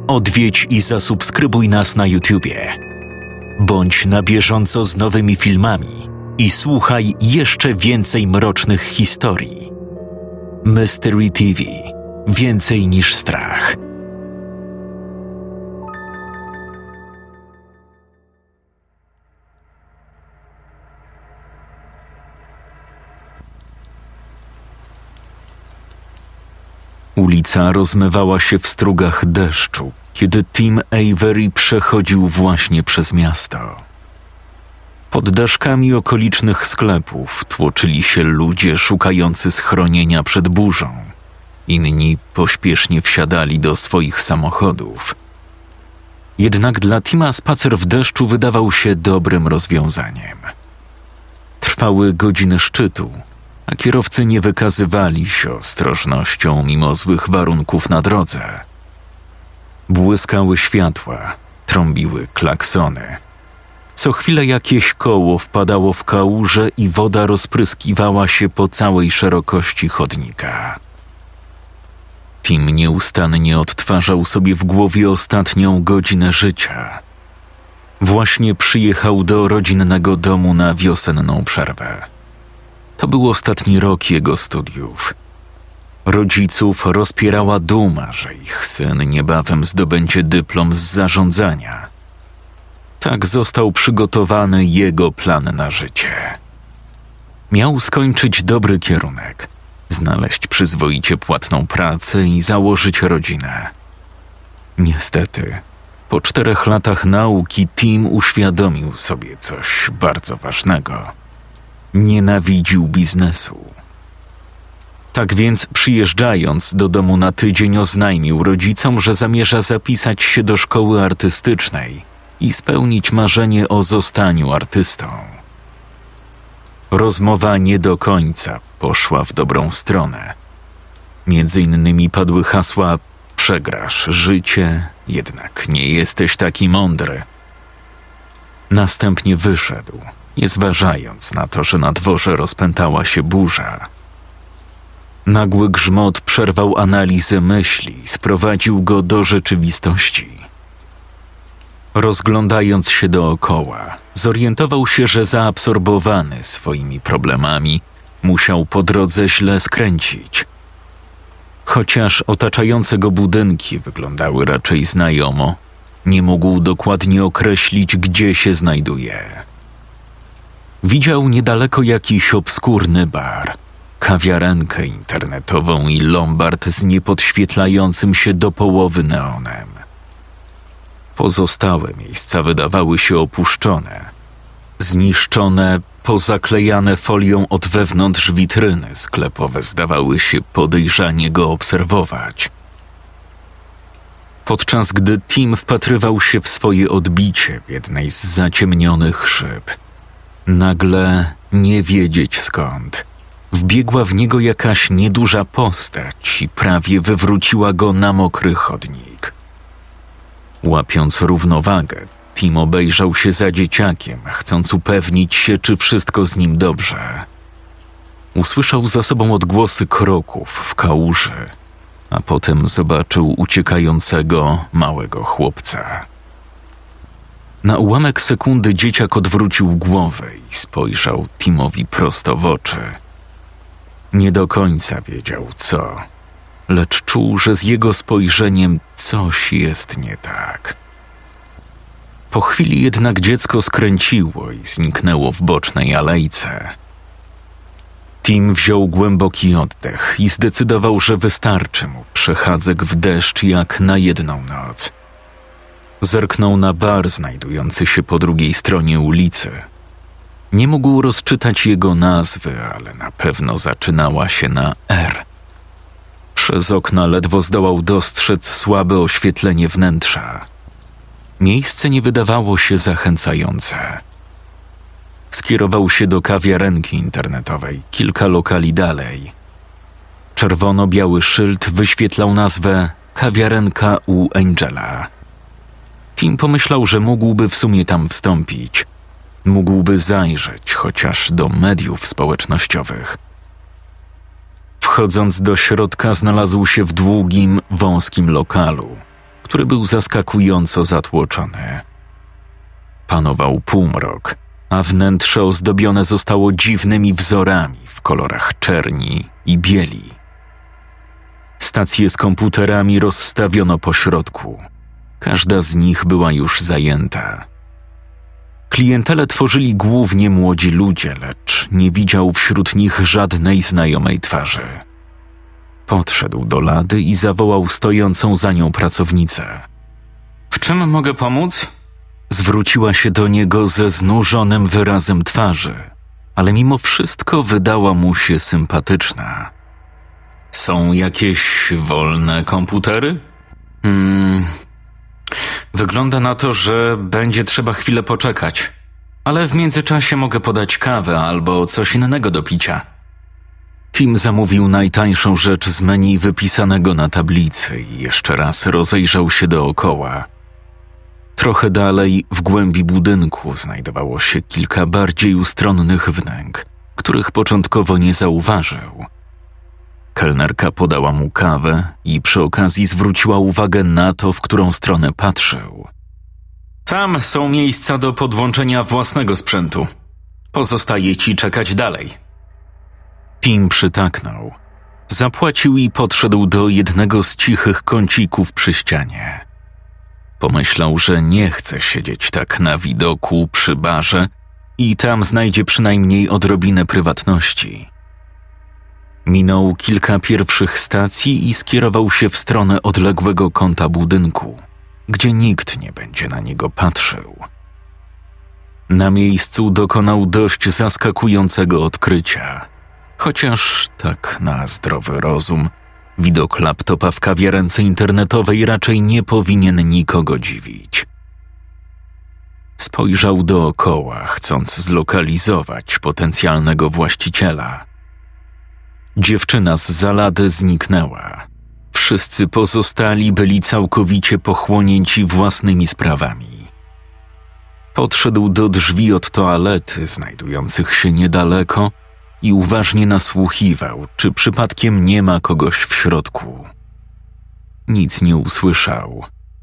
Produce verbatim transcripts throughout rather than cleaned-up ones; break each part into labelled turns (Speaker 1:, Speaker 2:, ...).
Speaker 1: Odwiedź i zasubskrybuj nas na YouTubie. Bądź na bieżąco z nowymi filmami i słuchaj jeszcze więcej mrocznych historii. Mystery T V. Więcej niż strach. Ulica rozmywała się w strugach deszczu, kiedy Tim Avery przechodził właśnie przez miasto. Pod daszkami okolicznych sklepów tłoczyli się ludzie szukający schronienia przed burzą. Inni pośpiesznie wsiadali do swoich samochodów. Jednak dla Tima spacer w deszczu wydawał się dobrym rozwiązaniem. Trwały godziny szczytu, a kierowcy nie wykazywali się ostrożnością mimo złych warunków na drodze. Błyskały światła, trąbiły klaksony. Co chwilę jakieś koło wpadało w kałużę i woda rozpryskiwała się po całej szerokości chodnika. Tim nieustannie odtwarzał sobie w głowie ostatnią godzinę życia. Właśnie przyjechał do rodzinnego domu na wiosenną przerwę. To był ostatni rok jego studiów. Rodziców rozpierała duma, że ich syn niebawem zdobędzie dyplom z zarządzania. Tak został przygotowany jego plan na życie. Miał skończyć dobry kierunek, znaleźć przyzwoicie płatną pracę i założyć rodzinę. Niestety, po czterech latach nauki Tim uświadomił sobie coś bardzo ważnego. Nienawidził biznesu. Tak więc przyjeżdżając do domu na tydzień oznajmił rodzicom, że zamierza zapisać się do szkoły artystycznej i spełnić marzenie o zostaniu artystą. Rozmowa nie do końca poszła w dobrą stronę. Między innymi padły hasła: przegrasz życie, jednak nie jesteś taki mądry. Następnie wyszedł, nie zważając na to, że na dworze rozpętała się burza. Nagły grzmot przerwał analizę myśli i sprowadził go do rzeczywistości. Rozglądając się dookoła, zorientował się, że zaabsorbowany swoimi problemami musiał po drodze źle skręcić. Chociaż otaczające go budynki wyglądały raczej znajomo, nie mógł dokładnie określić, gdzie się znajduje. Widział niedaleko jakiś obskurny bar, kawiarenkę internetową i lombard z niepodświetlającym się do połowy neonem. Pozostałe miejsca wydawały się opuszczone, zniszczone, pozaklejane folią od wewnątrz witryny sklepowe zdawały się podejrzanie go obserwować. Podczas gdy Tim wpatrywał się w swoje odbicie w jednej z zaciemnionych szyb, nagle, nie wiedzieć skąd, wbiegła w niego jakaś nieduża postać i prawie wywróciła go na mokry chodnik. Łapiąc równowagę, Tim obejrzał się za dzieciakiem, chcąc upewnić się, czy wszystko z nim dobrze. Usłyszał za sobą odgłosy kroków w kałuży, a potem zobaczył uciekającego małego chłopca. Na ułamek sekundy dzieciak odwrócił głowę i spojrzał Timowi prosto w oczy. Nie do końca wiedział co, lecz czuł, że z jego spojrzeniem coś jest nie tak. Po chwili jednak dziecko skręciło i zniknęło w bocznej alejce. Tim wziął głęboki oddech i zdecydował, że wystarczy mu przechadzek w deszcz jak na jedną noc. Zerknął na bar znajdujący się po drugiej stronie ulicy. Nie mógł rozczytać jego nazwy, ale na pewno zaczynała się na R. Przez okna ledwo zdołał dostrzec słabe oświetlenie wnętrza. Miejsce nie wydawało się zachęcające. Skierował się do kawiarenki internetowej, kilka lokali dalej. Czerwono-biały szyld wyświetlał nazwę Kawiarenka u Angela. Tim pomyślał, że mógłby w sumie tam wstąpić. Mógłby zajrzeć chociaż do mediów społecznościowych. Wchodząc do środka, znalazł się w długim, wąskim lokalu, który był zaskakująco zatłoczony. Panował półmrok, a wnętrze ozdobione zostało dziwnymi wzorami w kolorach czerni i bieli. Stacje z komputerami rozstawiono po środku. Każda z nich była już zajęta. Klientelę tworzyli głównie młodzi ludzie, lecz nie widział wśród nich żadnej znajomej twarzy. Podszedł do lady i zawołał stojącą za nią pracownicę. „W czym mogę pomóc?” Zwróciła się do niego ze znużonym wyrazem twarzy, ale mimo wszystko wydała mu się sympatyczna. „Są jakieś wolne komputery?” Hmm... Wygląda na to, że będzie trzeba chwilę poczekać, ale w międzyczasie mogę podać kawę albo coś innego do picia. Tim zamówił najtańszą rzecz z menu wypisanego na tablicy i jeszcze raz rozejrzał się dookoła. Trochę dalej, w głębi budynku, znajdowało się kilka bardziej ustronnych wnęk, których początkowo nie zauważył. Kelnerka podała mu kawę i przy okazji zwróciła uwagę na to, w którą stronę patrzył. „Tam są miejsca do podłączenia własnego sprzętu. Pozostaje ci czekać dalej.” Tim przytaknął. Zapłacił i podszedł do jednego z cichych kącików przy ścianie. Pomyślał, że nie chce siedzieć tak na widoku przy barze i tam znajdzie przynajmniej odrobinę prywatności. Minął kilka pierwszych stacji i skierował się w stronę odległego kąta budynku, gdzie nikt nie będzie na niego patrzył. Na miejscu dokonał dość zaskakującego odkrycia, chociaż tak na zdrowy rozum widok laptopa w kawiarence internetowej raczej nie powinien nikogo dziwić. Spojrzał dookoła, chcąc zlokalizować potencjalnego właściciela. Dziewczyna z zalady zniknęła. Wszyscy pozostali byli całkowicie pochłonięci własnymi sprawami. Podszedł do drzwi od toalety znajdujących się niedaleko i uważnie nasłuchiwał, czy przypadkiem nie ma kogoś w środku. Nic nie usłyszał.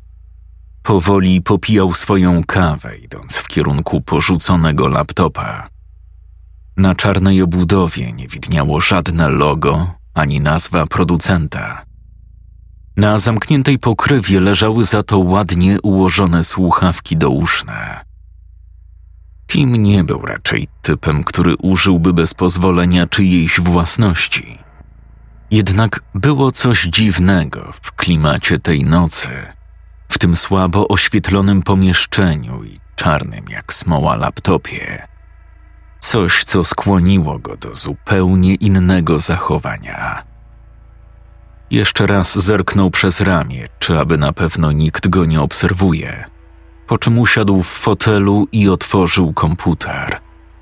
Speaker 1: Powoli popijał swoją kawę, idąc w kierunku porzuconego laptopa. Na czarnej obudowie nie widniało żadne logo ani nazwa producenta. Na zamkniętej pokrywie leżały za to ładnie ułożone słuchawki douszne. Tim nie był raczej typem, który użyłby bez pozwolenia czyjejś własności. Jednak było coś dziwnego w klimacie tej nocy, w tym słabo oświetlonym pomieszczeniu i czarnym jak smoła laptopie. Coś, co skłoniło go do zupełnie innego zachowania. Jeszcze raz zerknął przez ramię, czy aby na pewno nikt go nie obserwuje, po czym usiadł w fotelu i otworzył komputer.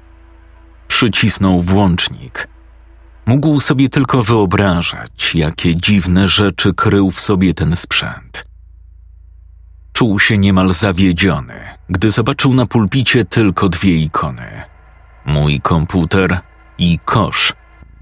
Speaker 1: Przycisnął włącznik. Mógł sobie tylko wyobrażać, jakie dziwne rzeczy krył w sobie ten sprzęt. Czuł się niemal zawiedziony, gdy zobaczył na pulpicie tylko dwie ikony. Mój komputer i kosz.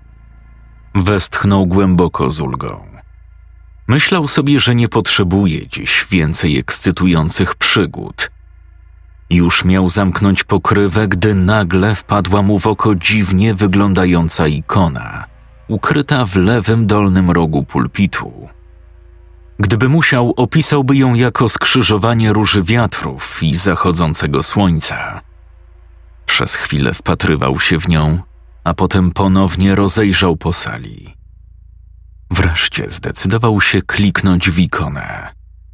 Speaker 1: Westchnął głęboko z ulgą. Myślał sobie, że nie potrzebuje dziś więcej ekscytujących przygód. Już miał zamknąć pokrywę, gdy nagle wpadła mu w oko dziwnie wyglądająca ikona, ukryta w lewym dolnym rogu pulpitu. Gdyby musiał, opisałby ją jako skrzyżowanie róży wiatrów i zachodzącego słońca. Przez chwilę wpatrywał się w nią, a potem ponownie rozejrzał po sali. Wreszcie zdecydował się kliknąć w ikonę.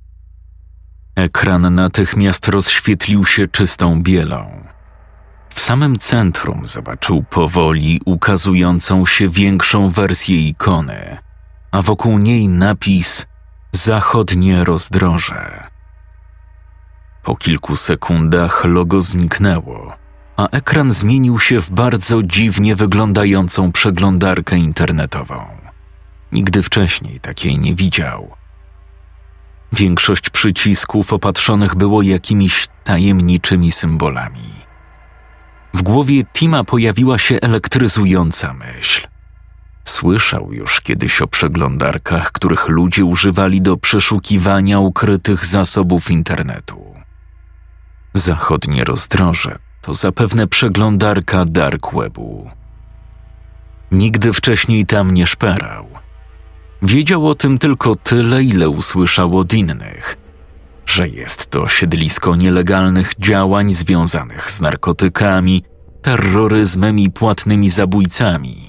Speaker 1: Ekran natychmiast rozświetlił się czystą bielą. W samym centrum zobaczył powoli ukazującą się większą wersję ikony, a wokół niej napis „Zachodnie rozdroże”. Po kilku sekundach logo zniknęło, a ekran zmienił się w bardzo dziwnie wyglądającą przeglądarkę internetową. Nigdy wcześniej takiej nie widział. Większość przycisków opatrzonych było jakimiś tajemniczymi symbolami. W głowie Tima pojawiła się elektryzująca myśl. Słyszał już kiedyś o przeglądarkach, których ludzie używali do przeszukiwania ukrytych zasobów internetu. Zachodnie rozdroże to zapewne przeglądarka dark webu. Nigdy wcześniej tam nie szperał. Wiedział o tym tylko tyle, ile usłyszał od innych, że jest to siedlisko nielegalnych działań związanych z narkotykami, terroryzmem i płatnymi zabójcami.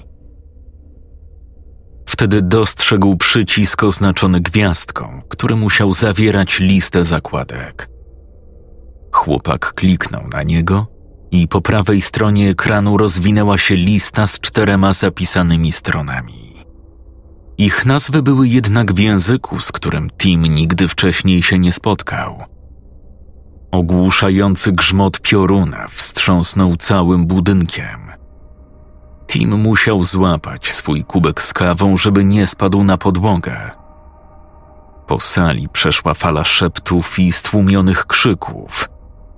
Speaker 1: Wtedy dostrzegł przycisk oznaczony gwiazdką, który musiał zawierać listę zakładek. Chłopak kliknął na niego i po prawej stronie ekranu rozwinęła się lista z czterema zapisanymi stronami. Ich nazwy były jednak w języku, z którym Tim nigdy wcześniej się nie spotkał. Ogłuszający grzmot pioruna wstrząsnął całym budynkiem. Tim musiał złapać swój kubek z kawą, żeby nie spadł na podłogę. Po sali przeszła fala szeptów i stłumionych krzyków.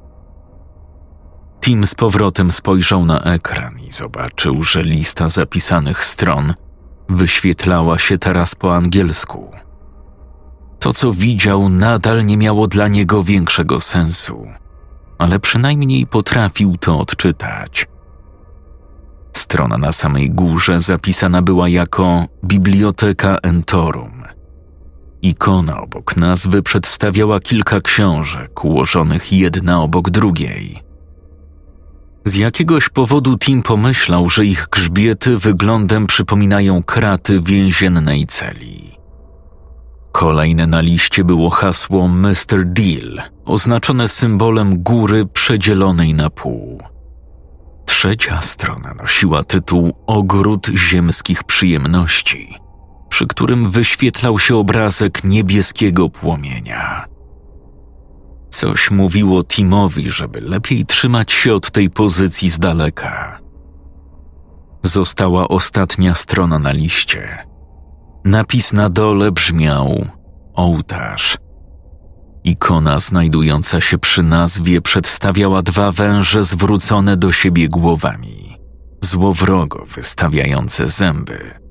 Speaker 1: Tim z powrotem spojrzał na ekran i zobaczył, że lista zapisanych stron wyświetlała się teraz po angielsku. To, co widział, nadal nie miało dla niego większego sensu, ale przynajmniej potrafił to odczytać. Strona na samej górze zapisana była jako Biblioteka Entorum. Ikona obok nazwy przedstawiała kilka książek ułożonych jedna obok drugiej. Z jakiegoś powodu Tim pomyślał, że ich grzbiety wyglądem przypominają kraty więziennej celi. Kolejne na liście było hasło mister Deal, oznaczone symbolem góry przedzielonej na pół. Trzecia strona nosiła tytuł Ogród ziemskich przyjemności, przy którym wyświetlał się obrazek niebieskiego płomienia. Coś mówiło Timowi, żeby lepiej trzymać się od tej pozycji z daleka. Została ostatnia strona na liście. Napis na dole brzmiał ołtarz. Ikona znajdująca się przy nazwie przedstawiała dwa węże zwrócone do siebie głowami, złowrogo wystawiające zęby.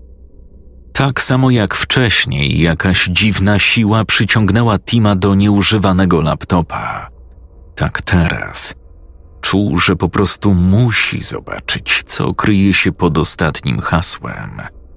Speaker 1: Tak samo jak wcześniej, jakaś dziwna siła przyciągnęła Tima do nieużywanego laptopa. Tak teraz czuł, że po prostu musi zobaczyć, co kryje się pod ostatnim hasłem.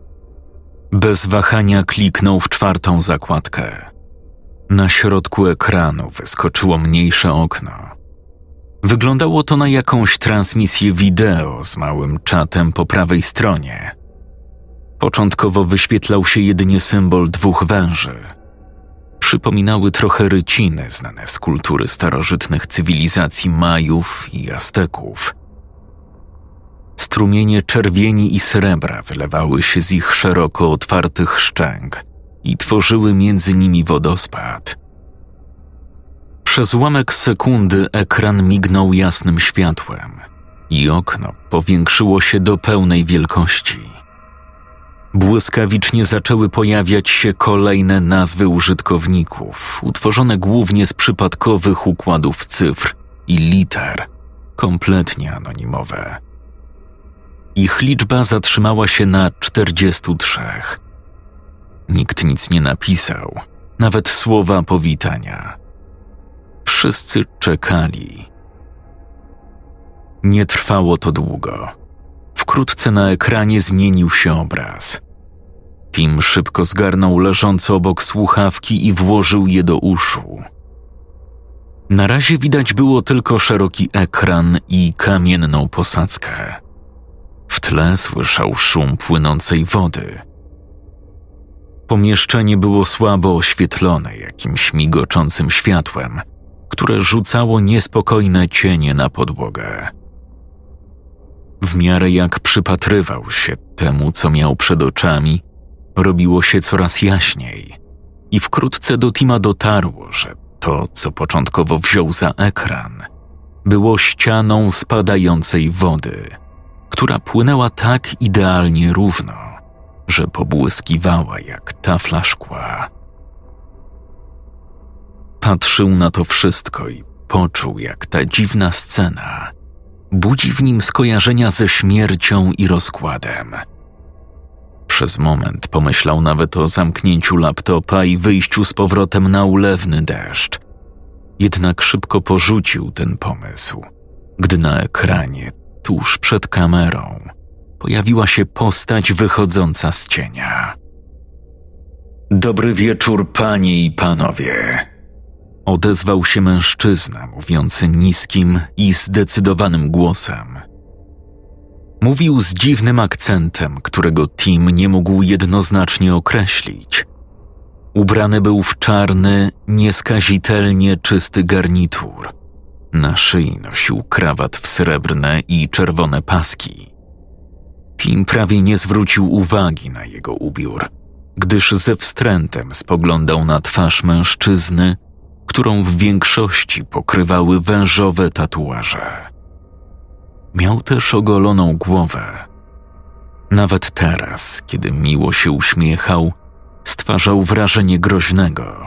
Speaker 1: Bez wahania kliknął w czwartą zakładkę. Na środku ekranu wyskoczyło mniejsze okno. Wyglądało to na jakąś transmisję wideo z małym czatem po prawej stronie. Początkowo wyświetlał się jedynie symbol dwóch węży. Przypominały trochę ryciny znane z kultury starożytnych cywilizacji Majów i Azteków. Strumienie czerwieni i srebra wylewały się z ich szeroko otwartych szczęk i tworzyły między nimi wodospad. Przez ułamek sekundy ekran mignął jasnym światłem i okno powiększyło się do pełnej wielkości. Błyskawicznie zaczęły pojawiać się kolejne nazwy użytkowników, utworzone głównie z przypadkowych układów cyfr i liter, kompletnie anonimowe. Ich liczba zatrzymała się na czterdziestu trzech. Nikt nic nie napisał, nawet słowa powitania. Wszyscy czekali. Nie trwało to długo. Wkrótce na ekranie zmienił się obraz. Tim szybko zgarnął leżące obok słuchawki i włożył je do uszu. Na razie widać było tylko szeroki ekran i kamienną posadzkę. W tle słyszał szum płynącej wody. Pomieszczenie było słabo oświetlone jakimś migoczącym światłem, które rzucało niespokojne cienie na podłogę. W miarę jak przypatrywał się temu, co miał przed oczami, robiło się coraz jaśniej i wkrótce do Tima dotarło, że to, co początkowo wziął za ekran, było ścianą spadającej wody, która płynęła tak idealnie równo, że pobłyskiwała jak tafla szkła. Patrzył na to wszystko i poczuł, jak ta dziwna scena budzi w nim skojarzenia ze śmiercią i rozkładem. Przez moment pomyślał nawet o zamknięciu laptopa i wyjściu z powrotem na ulewny deszcz. Jednak szybko porzucił ten pomysł, gdy na ekranie, tuż przed kamerą, pojawiła się postać wychodząca z cienia. Dobry wieczór, panie i panowie. Odezwał się mężczyzna mówiący niskim i zdecydowanym głosem. Mówił z dziwnym akcentem, którego Tim nie mógł jednoznacznie określić. Ubrany był w czarny, nieskazitelnie czysty garnitur. Na szyi nosił krawat w srebrne i czerwone paski. Tim prawie nie zwrócił uwagi na jego ubiór, gdyż ze wstrętem spoglądał na twarz mężczyzny, którą w większości pokrywały wężowe tatuaże. Miał też ogoloną głowę. Nawet teraz, kiedy miło się uśmiechał, stwarzał wrażenie groźnego.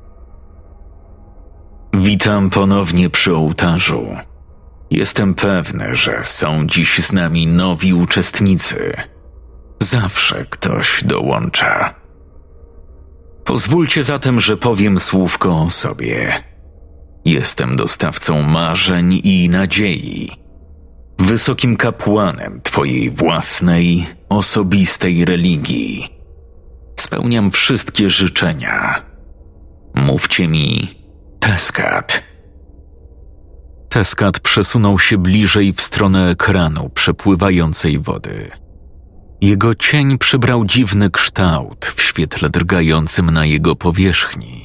Speaker 1: Witam ponownie przy ołtarzu. Jestem pewny, że są dziś z nami nowi uczestnicy. Zawsze ktoś dołącza. Pozwólcie zatem, że powiem słówko o sobie. Jestem dostawcą marzeń i nadziei. Wysokim kapłanem twojej własnej, osobistej religii. Spełniam wszystkie życzenia. Mówcie mi Tescat. Tescat przesunął się bliżej w stronę ekranu przepływającej wody. Jego cień przybrał dziwny kształt w świetle drgającym na jego powierzchni.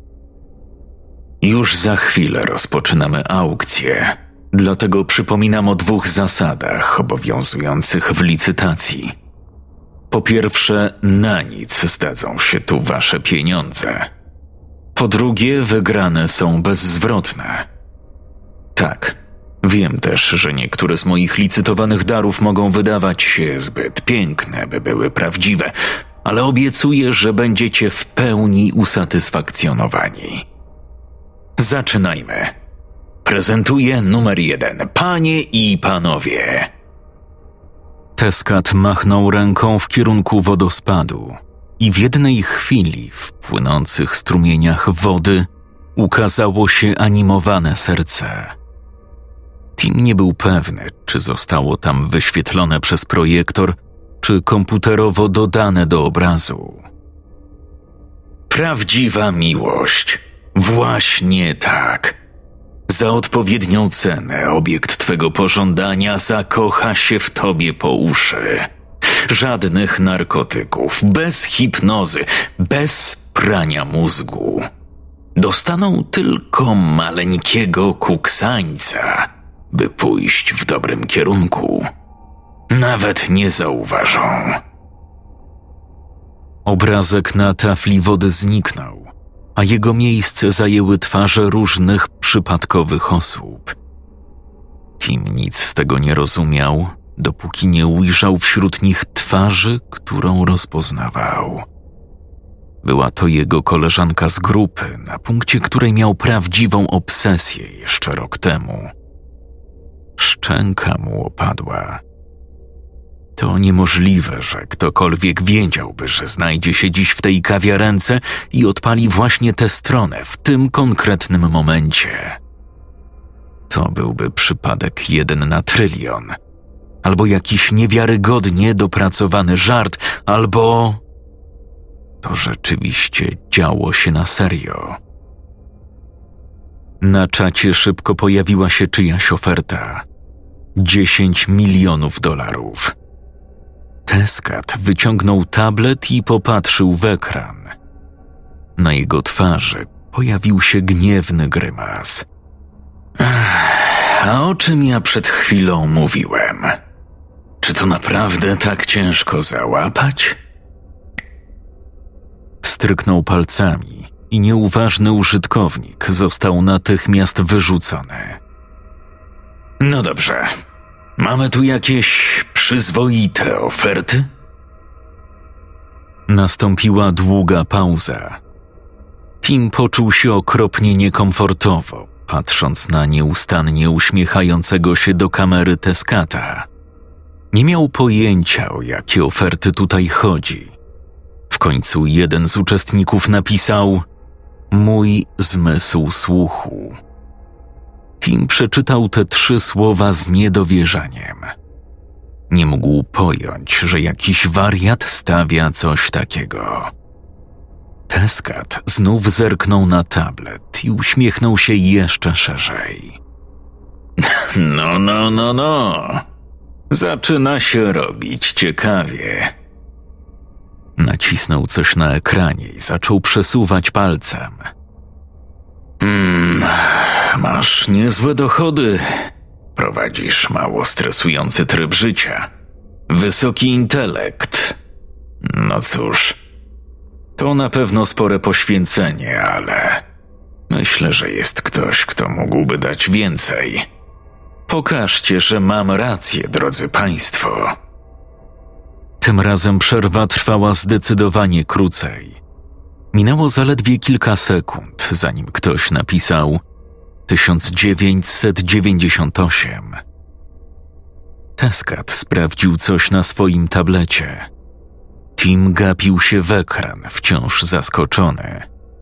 Speaker 1: Już za chwilę rozpoczynamy aukcję, dlatego przypominam o dwóch zasadach obowiązujących w licytacji. Po pierwsze, na nic zdadzą się tu wasze pieniądze. Po drugie, wygrane są bezzwrotne. Tak, wiem też, że niektóre z moich licytowanych darów mogą wydawać się zbyt piękne, by były prawdziwe, ale obiecuję, że będziecie w pełni usatysfakcjonowani. Zaczynajmy. Prezentuję numer jeden. Panie i panowie. Tescat machnął ręką w kierunku wodospadu i w jednej chwili w płynących strumieniach wody ukazało się animowane serce. Tim nie był pewny, czy zostało tam wyświetlone przez projektor, czy komputerowo dodane do obrazu. Prawdziwa miłość. Właśnie tak. Za odpowiednią cenę obiekt twego pożądania zakocha się w tobie po uszy. Żadnych narkotyków, bez hipnozy, bez prania mózgu. Dostaną tylko maleńkiego kuksańca, by pójść w dobrym kierunku. Nawet nie zauważą. Obrazek na tafli wody zniknął, a jego miejsce zajęły twarze różnych przypadkowych osób. Tim nic z tego nie rozumiał, dopóki nie ujrzał wśród nich twarzy, którą rozpoznawał. Była to jego koleżanka z grupy, na punkcie której miał prawdziwą obsesję jeszcze rok temu. Szczęka mu opadła. To niemożliwe, że ktokolwiek wiedziałby, że znajdzie się dziś w tej kawiarence i odpali właśnie tę stronę w tym konkretnym momencie. To byłby przypadek jeden na trylion. Albo jakiś niewiarygodnie dopracowany żart, albo to rzeczywiście działo się na serio. Na czacie szybko pojawiła się czyjaś oferta. Dziesięć milionów dolarów. Tescat wyciągnął tablet i popatrzył w ekran. Na jego twarzy pojawił się gniewny grymas. A o czym ja przed chwilą mówiłem? Czy to naprawdę tak ciężko załapać? Stryknął palcami i nieuważny użytkownik został natychmiast wyrzucony. No dobrze, mamy tu jakieś przyzwoite oferty? Nastąpiła długa pauza. Tim poczuł się okropnie niekomfortowo, patrząc na nieustannie uśmiechającego się do kamery Tescata. Nie miał pojęcia, o jakie oferty tutaj chodzi. W końcu jeden z uczestników napisał: mój zmysł słuchu. Tim przeczytał te trzy słowa z niedowierzaniem. Nie mógł pojąć, że jakiś wariat stawia coś takiego. Tescat znów zerknął na tablet i uśmiechnął się jeszcze szerzej. No, no, no, no. Zaczyna się robić ciekawie. Nacisnął coś na ekranie i zaczął przesuwać palcem. Hmm, masz niezłe dochody. Prowadzisz mało stresujący tryb życia. Wysoki intelekt. No cóż, to na pewno spore poświęcenie, ale myślę, że jest ktoś, kto mógłby dać więcej. Pokażcie, że mam rację, drodzy państwo. Tym razem przerwa trwała zdecydowanie krócej. Minęło zaledwie kilka sekund, zanim ktoś napisał tysiąc dziewięćset dziewięćdziesiąt osiem. Tescat sprawdził coś na swoim tablecie. Tim gapił się w ekran, wciąż zaskoczony.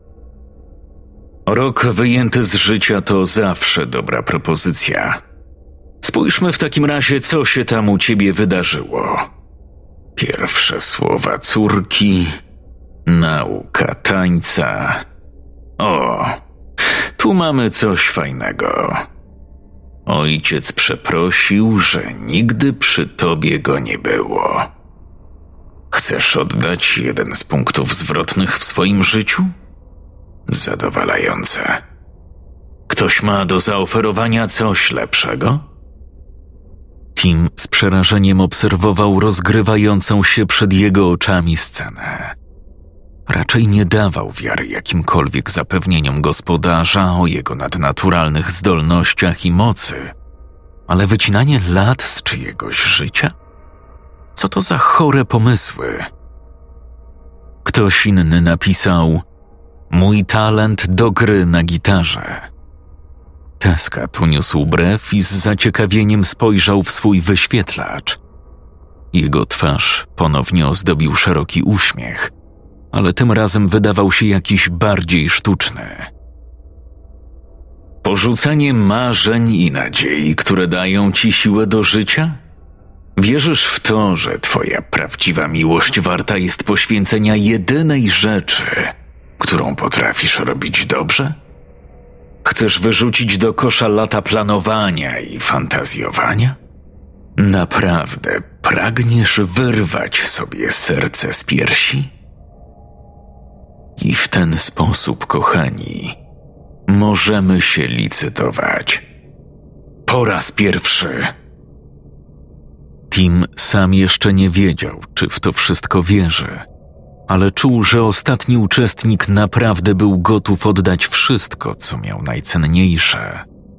Speaker 1: Rok wyjęty z życia to zawsze dobra propozycja. Spójrzmy w takim razie, co się tam u ciebie wydarzyło. Pierwsze słowa córki, nauka tańca. O, tu mamy coś fajnego. Ojciec przeprosił, że nigdy przy tobie go nie było. Chcesz oddać jeden z punktów zwrotnych w swoim życiu? Zadowalające. Ktoś ma do zaoferowania coś lepszego? Tim z przerażeniem obserwował rozgrywającą się przed jego oczami scenę. Raczej nie dawał wiary jakimkolwiek zapewnieniom gospodarza o jego nadnaturalnych zdolnościach i mocy, ale wycinanie lat z czyjegoś życia? Co to za chore pomysły? Ktoś inny napisał: mój talent do gry na gitarze. Tescat uniósł brew i z zaciekawieniem spojrzał w swój wyświetlacz. Jego twarz ponownie ozdobił szeroki uśmiech, ale tym razem wydawał się jakiś bardziej sztuczny. Porzucenie marzeń i nadziei, które dają ci siłę do życia? Wierzysz w to, że twoja prawdziwa miłość warta jest poświęcenia jedynej rzeczy, którą potrafisz robić dobrze? Chcesz wyrzucić do kosza lata planowania i fantazjowania? Naprawdę pragniesz wyrwać sobie serce z piersi? I w ten sposób, kochani, możemy się licytować. Po raz pierwszy. Tim sam jeszcze nie wiedział, czy w to wszystko wierzy, ale czuł, że ostatni uczestnik naprawdę był gotów oddać wszystko, co miał najcenniejsze.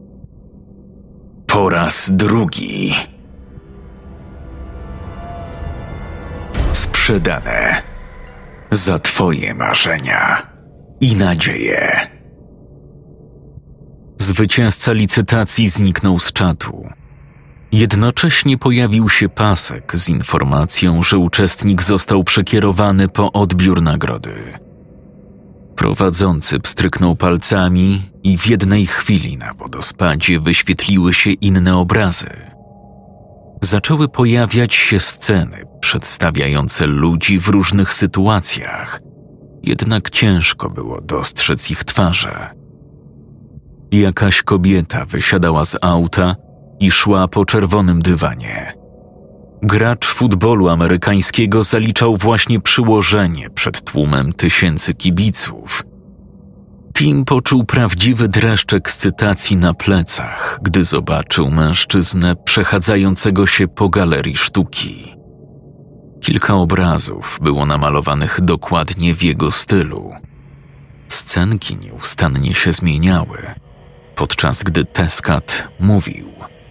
Speaker 1: Po raz drugi. Sprzedane. Za twoje marzenia i nadzieje. Zwycięzca licytacji zniknął z czatu. Jednocześnie pojawił się pasek z informacją, że uczestnik został przekierowany po odbiór nagrody. Prowadzący pstryknął palcami i w jednej chwili na wodospadzie wyświetliły się inne obrazy. Zaczęły pojawiać się sceny przedstawiające ludzi w różnych sytuacjach, jednak ciężko było dostrzec ich twarze. Jakaś kobieta wysiadała z auta i szła po czerwonym dywanie. Gracz futbolu amerykańskiego zaliczał właśnie przyłożenie przed tłumem tysięcy kibiców. Tim poczuł prawdziwy dreszcz ekscytacji na plecach, gdy zobaczył mężczyznę przechadzającego się po galerii sztuki. Kilka obrazów było namalowanych dokładnie w jego stylu. Scenki nieustannie się zmieniały, podczas gdy Tescat mówił: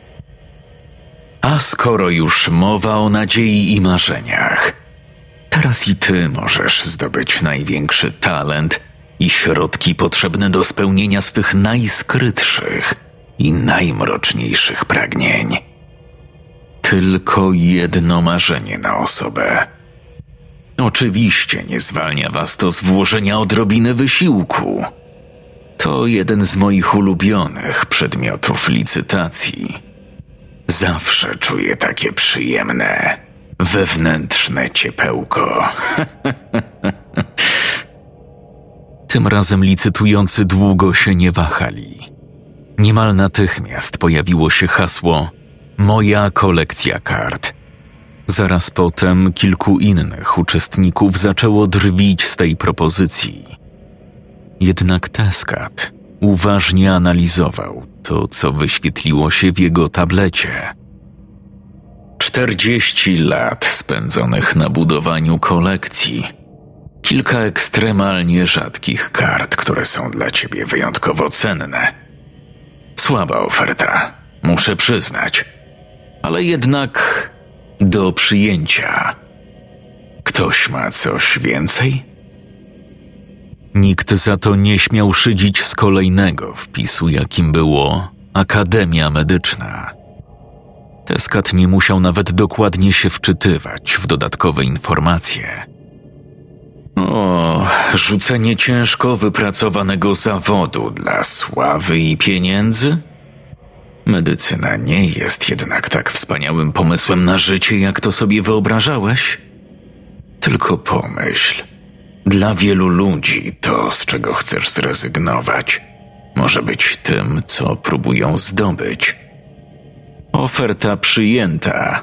Speaker 1: a skoro już mowa o nadziei i marzeniach, teraz i ty możesz zdobyć największy talent i środki potrzebne do spełnienia swych najskrytszych i najmroczniejszych pragnień. tylko jedno marzenie na osobę. Oczywiście nie zwalnia was to z włożenia odrobiny wysiłku. To jeden z moich ulubionych przedmiotów licytacji. Zawsze czuję takie przyjemne, wewnętrzne ciepełko. Tym razem licytujący długo się nie wahali. Niemal natychmiast pojawiło się hasło „Moja kolekcja kart”. Zaraz potem kilku innych uczestników zaczęło drwić z tej propozycji. Jednak Tescat uważnie analizował to, co wyświetliło się w jego tablecie. Czterdzieści lat spędzonych na budowaniu kolekcji. Kilka ekstremalnie rzadkich kart, które są dla ciebie wyjątkowo cenne. Słaba oferta, muszę przyznać, ale jednak do przyjęcia. Ktoś ma coś więcej? Nikt za to nie śmiał szydzić z kolejnego wpisu, jakim było Akademia Medyczna. Tescat nie musiał nawet dokładnie się wczytywać w dodatkowe informacje. O, rzucenie ciężko wypracowanego zawodu dla sławy i pieniędzy? Medycyna nie jest jednak tak wspaniałym pomysłem na życie, jak to sobie wyobrażałeś. Tylko pomyśl, dla wielu ludzi to, z czego chcesz zrezygnować, może być tym, co próbują zdobyć. Oferta przyjęta.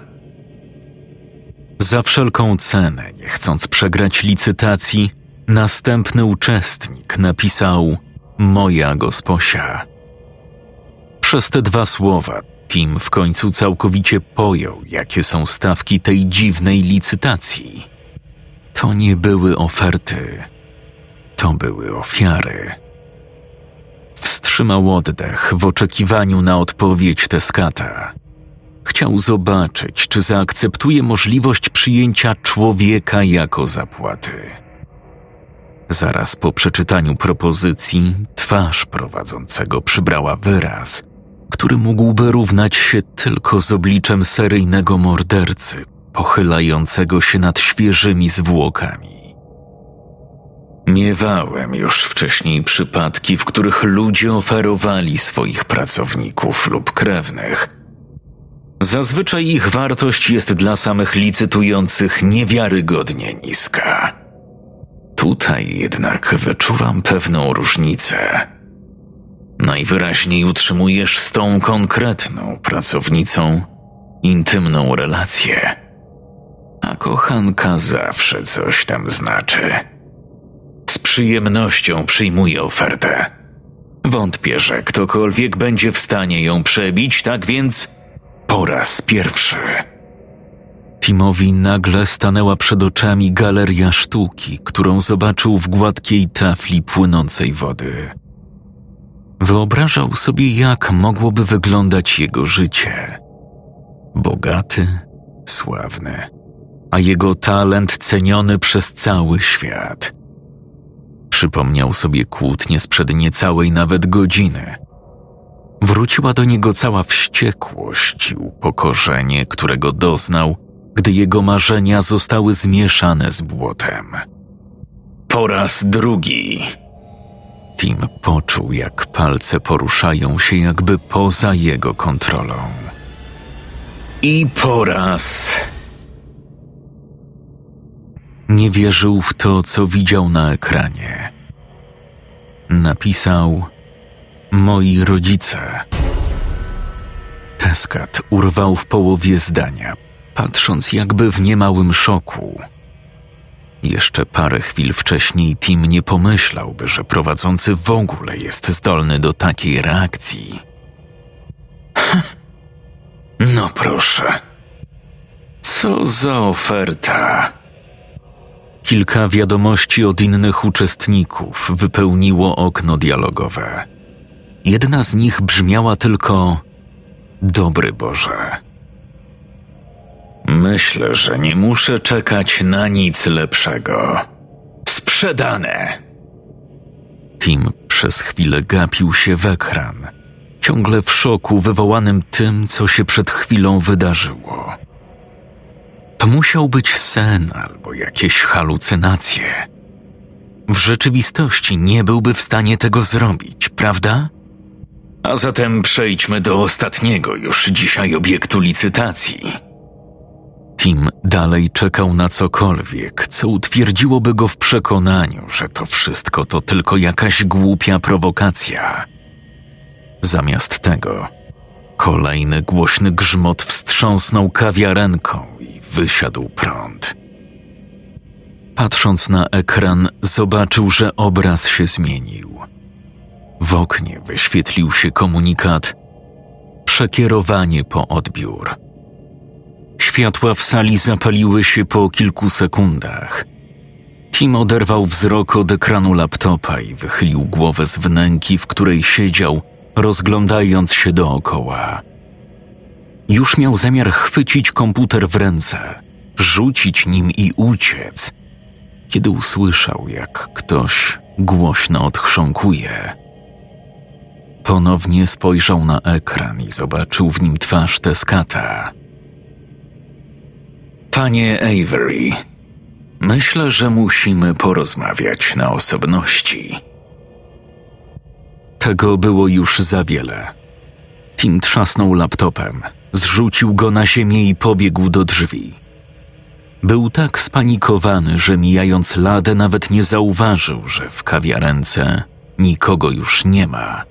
Speaker 1: Za wszelką cenę, nie chcąc przegrać licytacji, następny uczestnik napisał „Moja gosposia”. Przez te dwa słowa Tim w końcu całkowicie pojął, jakie są stawki tej dziwnej licytacji. To nie były oferty, to były ofiary. Wstrzymał oddech w oczekiwaniu na odpowiedź Tescata. Chciał zobaczyć, czy zaakceptuje możliwość przyjęcia człowieka jako zapłaty. Zaraz po przeczytaniu propozycji twarz prowadzącego przybrała wyraz, który mógłby równać się tylko z obliczem seryjnego mordercy pochylającego się nad świeżymi zwłokami. Miewałem już wcześniej przypadki, w których ludzie oferowali swoich pracowników lub krewnych. Zazwyczaj ich wartość jest dla samych licytujących niewiarygodnie niska. Tutaj jednak wyczuwam pewną różnicę. Najwyraźniej utrzymujesz z tą konkretną pracownicą intymną relację, a kochanka zawsze coś tam znaczy. Z przyjemnością przyjmuję ofertę. Wątpię, że ktokolwiek będzie w stanie ją przebić, tak więc po raz pierwszy. Timowi nagle stanęła przed oczami galeria sztuki, którą zobaczył w gładkiej tafli płynącej wody. Wyobrażał sobie, jak mogłoby wyglądać jego życie. Bogaty, sławny, a jego talent ceniony przez cały świat. Przypomniał sobie kłótnię sprzed niecałej nawet godziny. Wróciła do niego cała wściekłość i upokorzenie, którego doznał, gdy jego marzenia zostały zmieszane z błotem. Po raz drugi. Tim poczuł, jak palce poruszają się jakby poza jego kontrolą. I po raz... Nie wierzył w to, co widział na ekranie. Napisał: moi rodzice. Tescat urwał w połowie zdania, patrząc jakby w niemałym szoku. Jeszcze parę chwil wcześniej Tim nie pomyślałby, że prowadzący w ogóle jest zdolny do takiej reakcji. No proszę. Co za oferta? Kilka wiadomości od innych uczestników wypełniło okno dialogowe. Jedna z nich brzmiała tylko: dobry Boże. Myślę, że nie muszę czekać na nic lepszego. Sprzedane! Tim przez chwilę gapił się w ekran, ciągle w szoku wywołanym tym, co się przed chwilą wydarzyło. To musiał być sen albo jakieś halucynacje. W rzeczywistości nie byłby w stanie tego zrobić, prawda? A zatem przejdźmy do ostatniego już dzisiaj obiektu licytacji. Tim dalej czekał na cokolwiek, co utwierdziłoby go w przekonaniu, że to wszystko to tylko jakaś głupia prowokacja. Zamiast tego kolejny głośny grzmot wstrząsnął kawiarenką i wysiadł prąd. Patrząc na ekran, zobaczył, że obraz się zmienił. W oknie wyświetlił się komunikat: przekierowanie po odbiór. Światła w sali zapaliły się po kilku sekundach. Tim oderwał wzrok od ekranu laptopa i wychylił głowę z wnęki, w której siedział, rozglądając się dookoła. Już miał zamiar chwycić komputer w ręce, rzucić nim i uciec, kiedy usłyszał, jak ktoś głośno odchrząkuje. Ponownie spojrzał na ekran i zobaczył w nim twarz Teskata. Panie Avery, myślę, że musimy porozmawiać na osobności. Tego było już za wiele. Tim trzasnął laptopem, zrzucił go na ziemię i pobiegł do drzwi. Był tak spanikowany, że mijając ladę nawet nie zauważył, że w kawiarence nikogo już nie ma.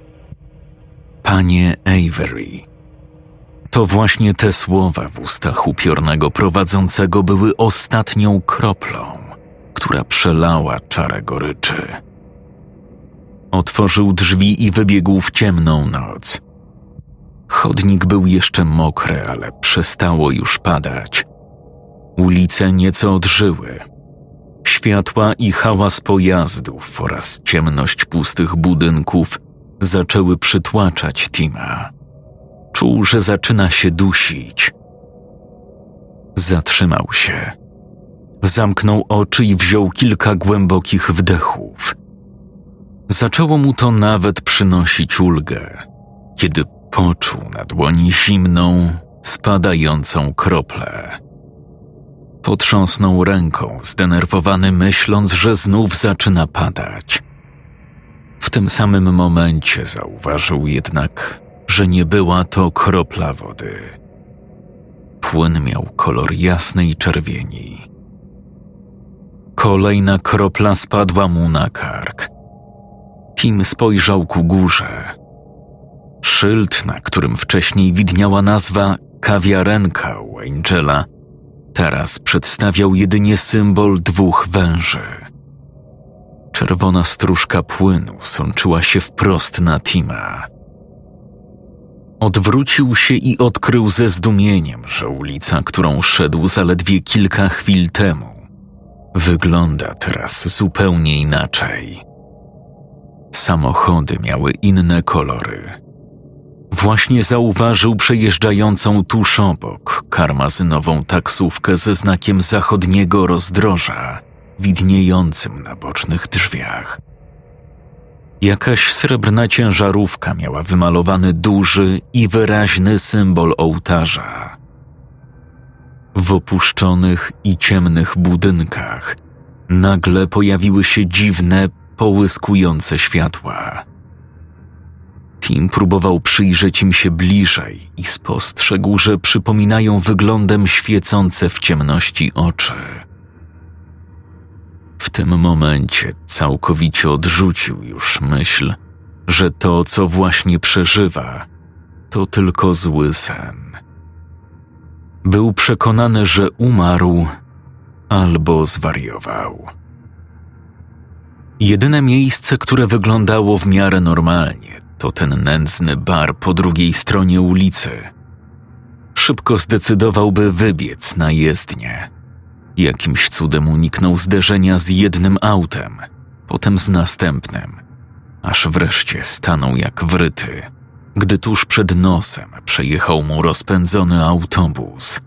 Speaker 1: Panie Avery. To właśnie te słowa w ustach upiornego prowadzącego były ostatnią kroplą, która przelała czarę goryczy. Otworzył drzwi i wybiegł w ciemną noc. Chodnik był jeszcze mokry, ale przestało już padać. Ulice nieco odżyły. Światła i hałas pojazdów oraz ciemność pustych budynków zaczęły przytłaczać Tima. Czuł, że zaczyna się dusić. Zatrzymał się. Zamknął oczy i wziął kilka głębokich wdechów. Zaczęło mu to nawet przynosić ulgę, kiedy poczuł na dłoni zimną, spadającą kroplę. Potrząsnął ręką, zdenerwowany, myśląc, że znów zaczyna padać. W tym samym momencie zauważył jednak, że nie była to kropla wody. Płyn miał kolor jasnej czerwieni. Kolejna kropla spadła mu na kark. Tim spojrzał ku górze. Szyld, na którym wcześniej widniała nazwa Kawiarenka u Angela, teraz przedstawiał jedynie symbol dwóch węży. Czerwona stróżka płynu sączyła się wprost na Tima. Odwrócił się i odkrył ze zdumieniem, że ulica, którą szedł zaledwie kilka chwil temu, wygląda teraz zupełnie inaczej. Samochody miały inne kolory. Właśnie zauważył przejeżdżającą tuż obok karmazynową taksówkę ze znakiem zachodniego rozdroża, widniejącym na bocznych drzwiach. Jakaś srebrna ciężarówka miała wymalowany duży i wyraźny symbol ołtarza. W opuszczonych i ciemnych budynkach nagle pojawiły się dziwne, połyskujące światła. Tim próbował przyjrzeć im się bliżej i spostrzegł, że przypominają wyglądem świecące w ciemności oczy. W tym momencie całkowicie odrzucił już myśl, że to, co właśnie przeżywa, to tylko zły sen. Był przekonany, że umarł albo zwariował. Jedyne miejsce, które wyglądało w miarę normalnie, to ten nędzny bar po drugiej stronie ulicy. Szybko zdecydował, by wybiec na jezdnię. Jakimś cudem uniknął zderzenia z jednym autem, potem z następnym, aż wreszcie stanął jak wryty, gdy tuż przed nosem przejechał mu rozpędzony autobus.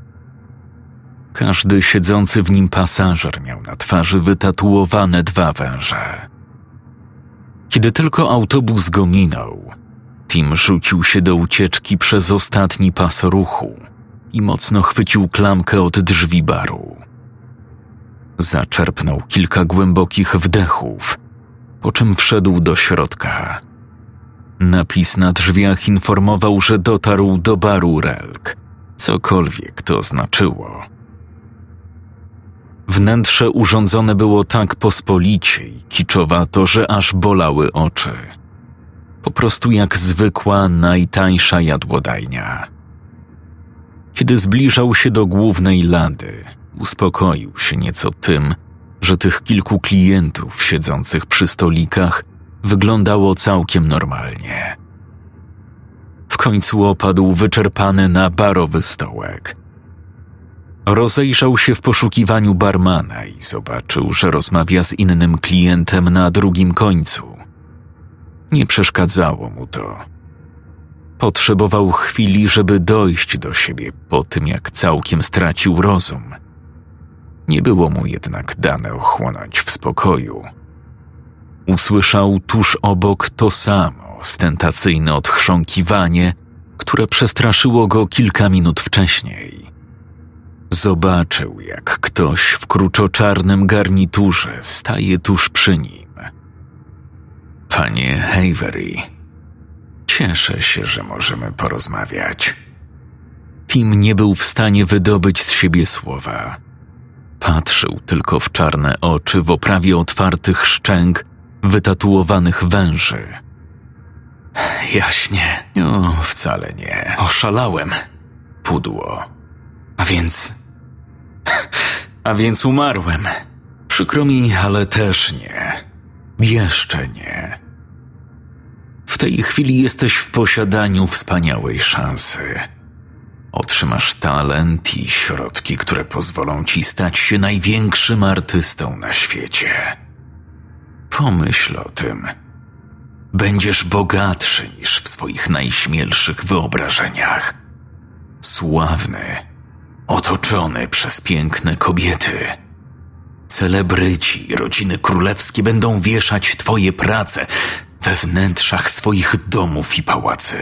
Speaker 1: Każdy siedzący w nim pasażer miał na twarzy wytatuowane dwa węże. Kiedy tylko autobus go minął, Tim rzucił się do ucieczki przez ostatni pas ruchu i mocno chwycił klamkę od drzwi baru. Zaczerpnął kilka głębokich wdechów, po czym wszedł do środka. Napis na drzwiach informował, że dotarł do baru Relk, cokolwiek to znaczyło. Wnętrze urządzone było tak pospolicie i kiczowato, że aż bolały oczy. Po prostu jak zwykła, najtańsza jadłodajnia. Kiedy zbliżał się do głównej landy, uspokoił się nieco tym, że tych kilku klientów siedzących przy stolikach wyglądało całkiem normalnie. W końcu opadł wyczerpany na barowy stołek. Rozejrzał się w poszukiwaniu barmana i zobaczył, że rozmawia z innym klientem na drugim końcu. Nie przeszkadzało mu to. Potrzebował chwili, żeby dojść do siebie po tym, jak całkiem stracił rozum. Nie było mu jednak dane ochłonąć w spokoju. Usłyszał tuż obok to samo ostentacyjne odchrząkiwanie, które przestraszyło go kilka minut wcześniej. Zobaczył, jak ktoś w kruczoczarnym garniturze staje tuż przy nim. Panie Avery, cieszę się, że możemy porozmawiać. Tim nie był w stanie wydobyć z siebie słowa. Patrzył tylko w czarne oczy w oprawie otwartych szczęk, wytatuowanych węży. Jaśnie. O, wcale nie. Oszalałem. Pudło. A więc... A więc umarłem. Przykro mi, ale też nie. Jeszcze nie. W tej chwili jesteś w posiadaniu wspaniałej szansy. Otrzymasz talent i środki, które pozwolą ci stać się największym artystą na świecie. Pomyśl o tym. Będziesz bogatszy niż w swoich najśmielszych wyobrażeniach. Sławny, otoczony przez piękne kobiety. Celebryci i rodziny królewskie będą wieszać twoje prace we wnętrzach swoich domów i pałacy.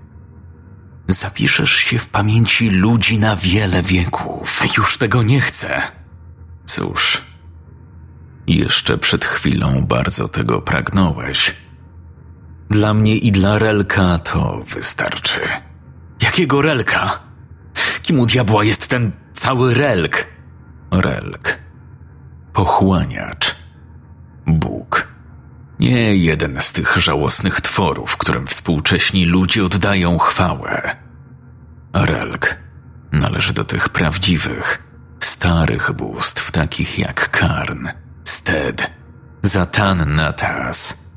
Speaker 1: Zapiszesz się w pamięci ludzi na wiele wieków. Już tego nie chcę. Cóż, jeszcze przed chwilą bardzo tego pragnąłeś. Dla mnie i dla Relka to wystarczy. Jakiego Relka? Kim u diabła jest ten cały Relk? Relk. Pochłaniacz. Bóg. Nie jeden z tych żałosnych tworów, którym współcześni ludzie oddają chwałę. Relk należy do tych prawdziwych, starych bóstw, takich jak Karn, Sted, Zatan Natas.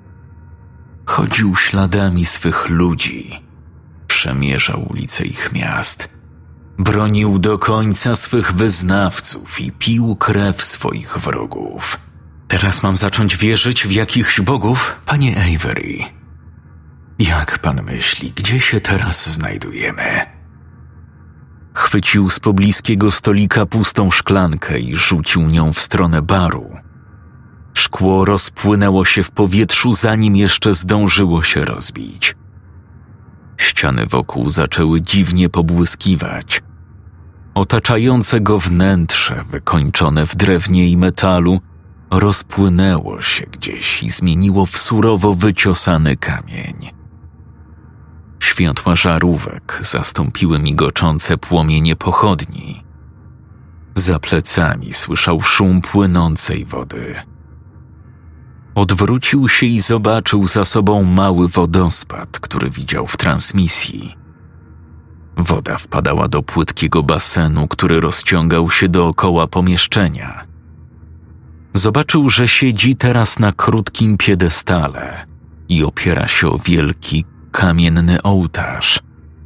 Speaker 1: Chodził śladami swych ludzi, przemierzał ulice ich miast, bronił do końca swych wyznawców i pił krew swoich wrogów. Teraz mam zacząć wierzyć w jakichś bogów, panie Avery? Jak pan myśli, gdzie się teraz znajdujemy? Chwycił z pobliskiego stolika pustą szklankę i rzucił nią w stronę baru. Szkło rozpłynęło się w powietrzu, zanim jeszcze zdążyło się rozbić. Ściany wokół zaczęły dziwnie pobłyskiwać. Otaczające go wnętrze, wykończone w drewnie i metalu, rozpłynęło się gdzieś i zmieniło w surowo wyciosany kamień. Światła żarówek zastąpiły migoczące płomienie pochodni. Za plecami słyszał szum płynącej wody. Odwrócił się i zobaczył za sobą mały wodospad, który widział w transmisji. Woda wpadała do płytkiego basenu, który rozciągał się dookoła pomieszczenia. Zobaczył, że siedzi teraz na krótkim piedestale i opiera się o wielki, kamienny ołtarz.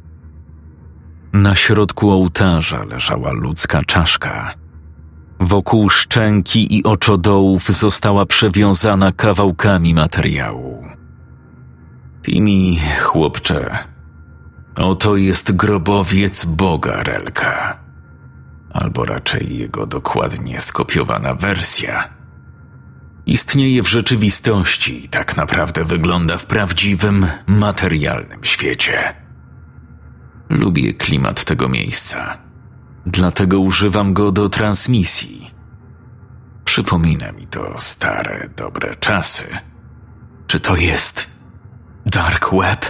Speaker 1: Na środku ołtarza leżała ludzka czaszka. Wokół szczęki i oczodołów została przewiązana kawałkami materiału. Timi, chłopcze, oto jest grobowiec Boga Relka, albo raczej jego dokładnie skopiowana wersja. Istnieje w rzeczywistości i tak naprawdę wygląda w prawdziwym, materialnym świecie. Lubię klimat tego miejsca, dlatego używam go do transmisji. Przypomina mi to stare, dobre czasy. Czy to jest Dark Web?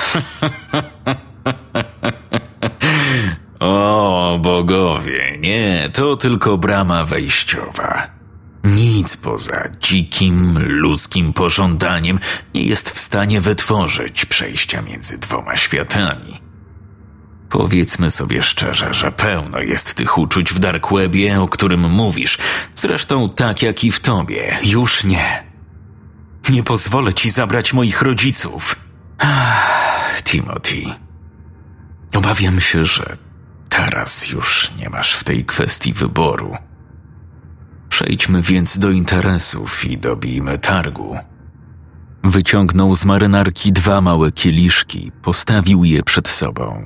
Speaker 1: O, bogowie, nie, to tylko brama wejściowa. Nic poza dzikim, ludzkim pożądaniem nie jest w stanie wytworzyć przejścia między dwoma światami. Powiedzmy sobie szczerze, że pełno jest tych uczuć w Dark Webie, o którym mówisz. Zresztą tak jak i w tobie. Już nie. Nie pozwolę ci zabrać moich rodziców. Ah, Timothy. Obawiam się, że teraz już nie masz w tej kwestii wyboru. Przejdźmy więc do interesów i dobijmy targu. Wyciągnął z marynarki dwa małe kieliszki, postawił je przed sobą.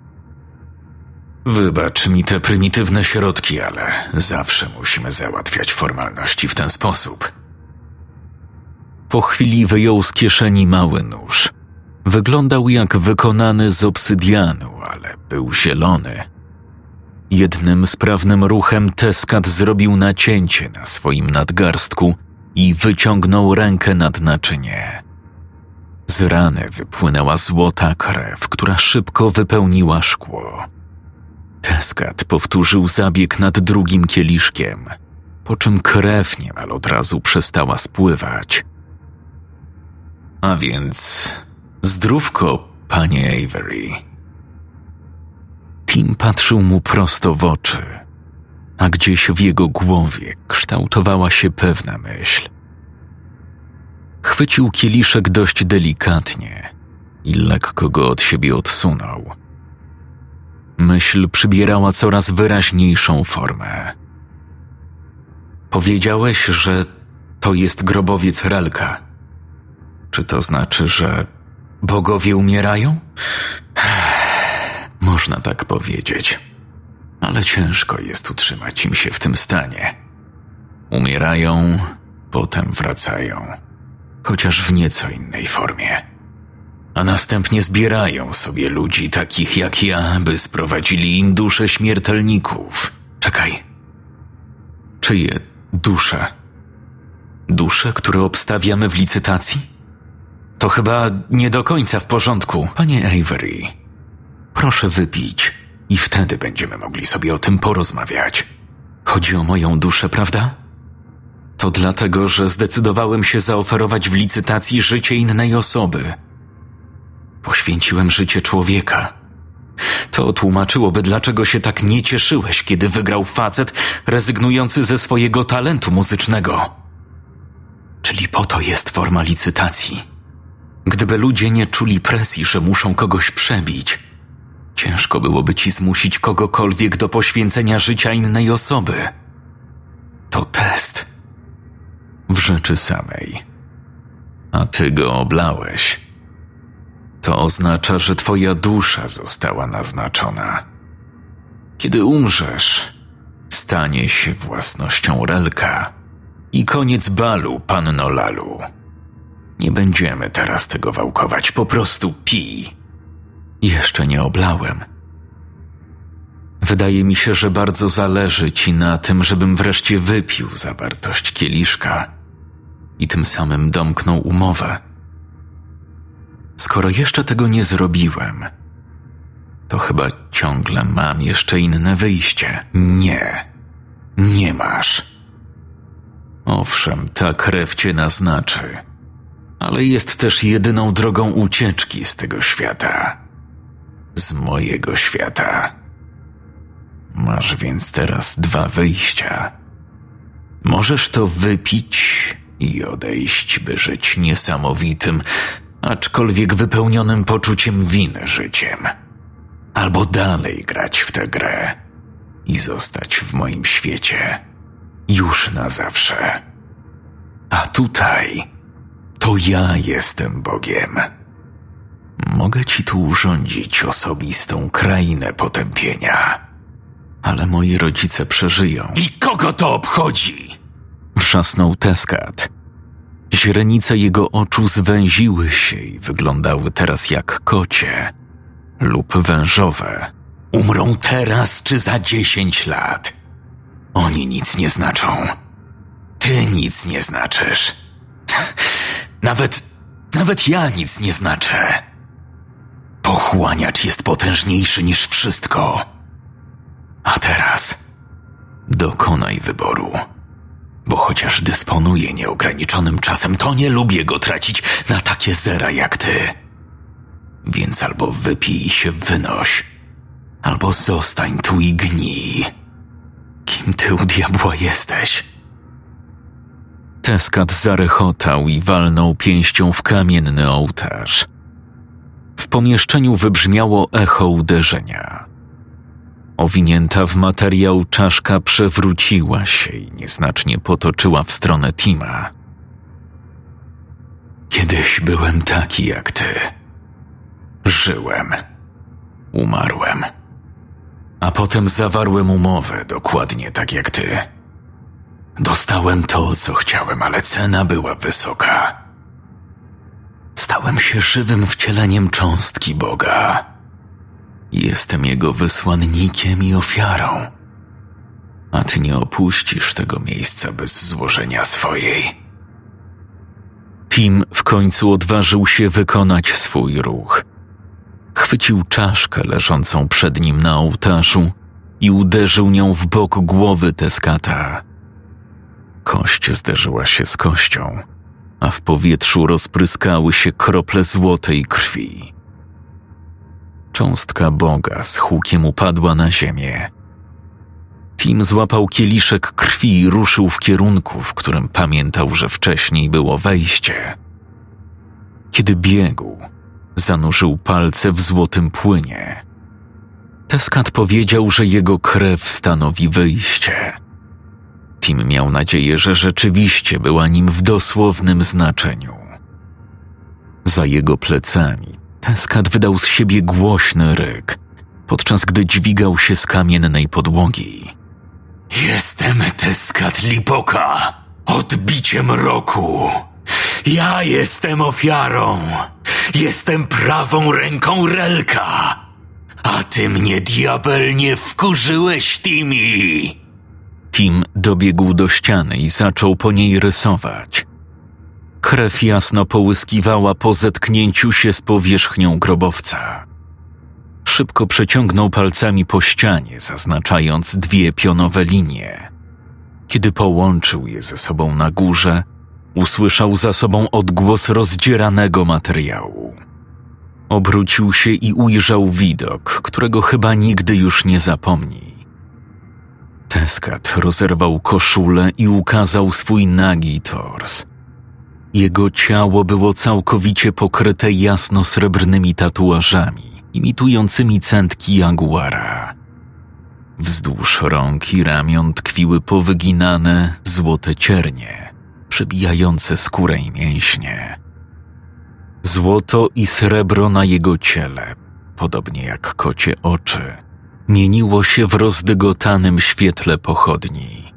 Speaker 1: Wybacz mi te prymitywne środki, ale zawsze musimy załatwiać formalności w ten sposób. Po chwili wyjął z kieszeni mały nóż. Wyglądał jak wykonany z obsydianu, ale był zielony. Jednym sprawnym ruchem Tescat zrobił nacięcie na swoim nadgarstku i wyciągnął rękę nad naczynie. Z rany wypłynęła złota krew, która szybko wypełniła szkło. Tescat powtórzył zabieg nad drugim kieliszkiem, po czym krew niemal od razu przestała spływać. A więc zdrówko, panie Avery. Tim patrzył mu prosto w oczy, a gdzieś w jego głowie kształtowała się pewna myśl. Chwycił kieliszek dość delikatnie i lekko go od siebie odsunął. Myśl przybierała coraz wyraźniejszą formę. Powiedziałeś, że to jest grobowiec Relka. Czy to znaczy, że bogowie umierają? Można tak powiedzieć, ale ciężko jest utrzymać im się w tym stanie. Umierają, potem wracają, chociaż w nieco innej formie. A następnie zbierają sobie ludzi takich jak ja, by sprowadzili im dusze śmiertelników. Czekaj. Czyje dusze? Dusze, które obstawiamy w licytacji? To chyba nie do końca w porządku. Panie Avery, proszę wypić i wtedy będziemy mogli sobie o tym porozmawiać. Chodzi o moją duszę, prawda? To dlatego, że zdecydowałem się zaoferować w licytacji życie innej osoby. Poświęciłem życie człowieka. To tłumaczyłoby, dlaczego się tak nie cieszyłeś, kiedy wygrał facet rezygnujący ze swojego talentu muzycznego. Czyli po to jest forma licytacji. Gdyby ludzie nie czuli presji, że muszą kogoś przebić, ciężko byłoby ci zmusić kogokolwiek do poświęcenia życia innej osoby. To test. W rzeczy samej. A ty go oblałeś. To oznacza, że twoja dusza została naznaczona. Kiedy umrzesz, stanie się własnością Relka. I koniec balu, panno Lalu. Nie będziemy teraz tego wałkować, po prostu pij. Jeszcze nie oblałem. Wydaje mi się, że bardzo zależy ci na tym, żebym wreszcie wypił zawartość kieliszka i tym samym domknął umowę. Skoro jeszcze tego nie zrobiłem, to chyba ciągle mam jeszcze inne wyjście. Nie, nie masz. Owszem, ta krew cię naznaczy, ale jest też jedyną drogą ucieczki z tego świata. Z mojego świata. Masz więc teraz dwa wyjścia. Możesz to wypić i odejść, by żyć niesamowitym, aczkolwiek wypełnionym poczuciem winy życiem. Albo dalej grać w tę grę i zostać w moim świecie. Już na zawsze. A tutaj to ja jestem Bogiem. Mogę ci tu urządzić osobistą krainę potępienia. Ale moi rodzice przeżyją. I kogo to obchodzi? Wrzasnął Tescat. Źrenice jego oczu zwęziły się i wyglądały teraz jak kocie lub wężowe. Umrą teraz czy za dziesięć lat. Oni nic nie znaczą. Ty nic nie znaczysz. Nawet, nawet ja nic nie znaczę. Pochłaniacz jest potężniejszy niż wszystko. A teraz dokonaj wyboru. Bo chociaż dysponuję nieograniczonym czasem, to nie lubię go tracić na takie zera jak ty. Więc albo wypij i się wynoś, albo zostań tu i gnij. Kim ty u diabła jesteś? Teskat zarechotał i walnął pięścią w kamienny ołtarz. W pomieszczeniu wybrzmiało echo uderzenia. Owinięta w materiał czaszka przewróciła się i nieznacznie potoczyła w stronę Tima. Kiedyś byłem taki jak ty. Żyłem. Umarłem. A potem zawarłem umowę dokładnie tak jak ty. Dostałem to, co chciałem, ale cena była wysoka. Stałem się żywym wcieleniem cząstki Boga. Jestem Jego wysłannikiem i ofiarą. A ty nie opuścisz tego miejsca bez złożenia swojej. Tim w końcu odważył się wykonać swój ruch. Chwycił czaszkę leżącą przed nim na ołtarzu i uderzył nią w bok głowy Teskata. Kość zderzyła się z kością, a w powietrzu rozpryskały się krople złotej krwi. Cząstka Boga z hukiem upadła na ziemię. Tim złapał kieliszek krwi i ruszył w kierunku, w którym pamiętał, że wcześniej było wejście. Kiedy biegł, zanurzył palce w złotym płynie. Teskat powiedział, że jego krew stanowi wyjście. Tim miał nadzieję, że rzeczywiście była nim w dosłownym znaczeniu. Za jego plecami Teskat wydał z siebie głośny ryk, podczas gdy dźwigał się z kamiennej podłogi. Jestem Teskat Lipoka, odbicie mroku. Ja jestem ofiarą. Jestem prawą ręką Relka. A ty mnie, diabelnie, wkurzyłeś, Timi. Tim dobiegł do ściany i zaczął po niej rysować. Krew jasno połyskiwała po zetknięciu się z powierzchnią grobowca. Szybko przeciągnął palcami po ścianie, zaznaczając dwie pionowe linie. Kiedy połączył je ze sobą na górze, usłyszał za sobą odgłos rozdzieranego materiału. Obrócił się i ujrzał widok, którego chyba nigdy już nie zapomni. Teskat rozerwał koszulę i ukazał swój nagi tors. Jego ciało było całkowicie pokryte jasno-srebrnymi tatuażami, imitującymi cętki jaguara. Wzdłuż rąk i ramion tkwiły powyginane, złote ciernie, przebijające skórę i mięśnie. Złoto i srebro na jego ciele, podobnie jak kocie oczy, mieniło się w rozdygotanym świetle pochodni.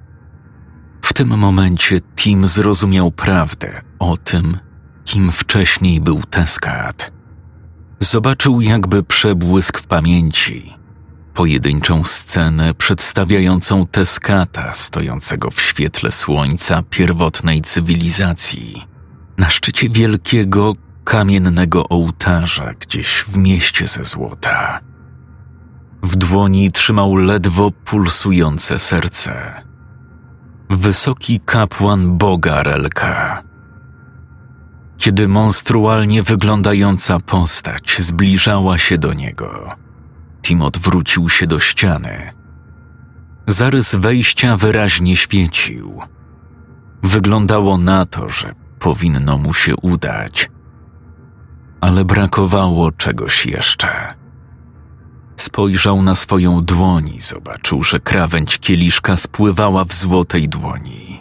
Speaker 1: W tym momencie Tim zrozumiał prawdę o tym, kim wcześniej był Teskat. Zobaczył jakby przebłysk w pamięci, pojedynczą scenę przedstawiającą Teskata stojącego w świetle słońca pierwotnej cywilizacji, na szczycie wielkiego, kamiennego ołtarza gdzieś w mieście ze złota. W dłoni trzymał ledwo pulsujące serce. Wysoki kapłan Boga Relka. Kiedy monstrualnie wyglądająca postać zbliżała się do niego, Tim odwrócił się do ściany. Zarys wejścia wyraźnie świecił. Wyglądało na to, że powinno mu się udać. Ale brakowało czegoś jeszcze. Spojrzał na swoją dłoń i zobaczył, że krawędź kieliszka spływała w złotej dłoni.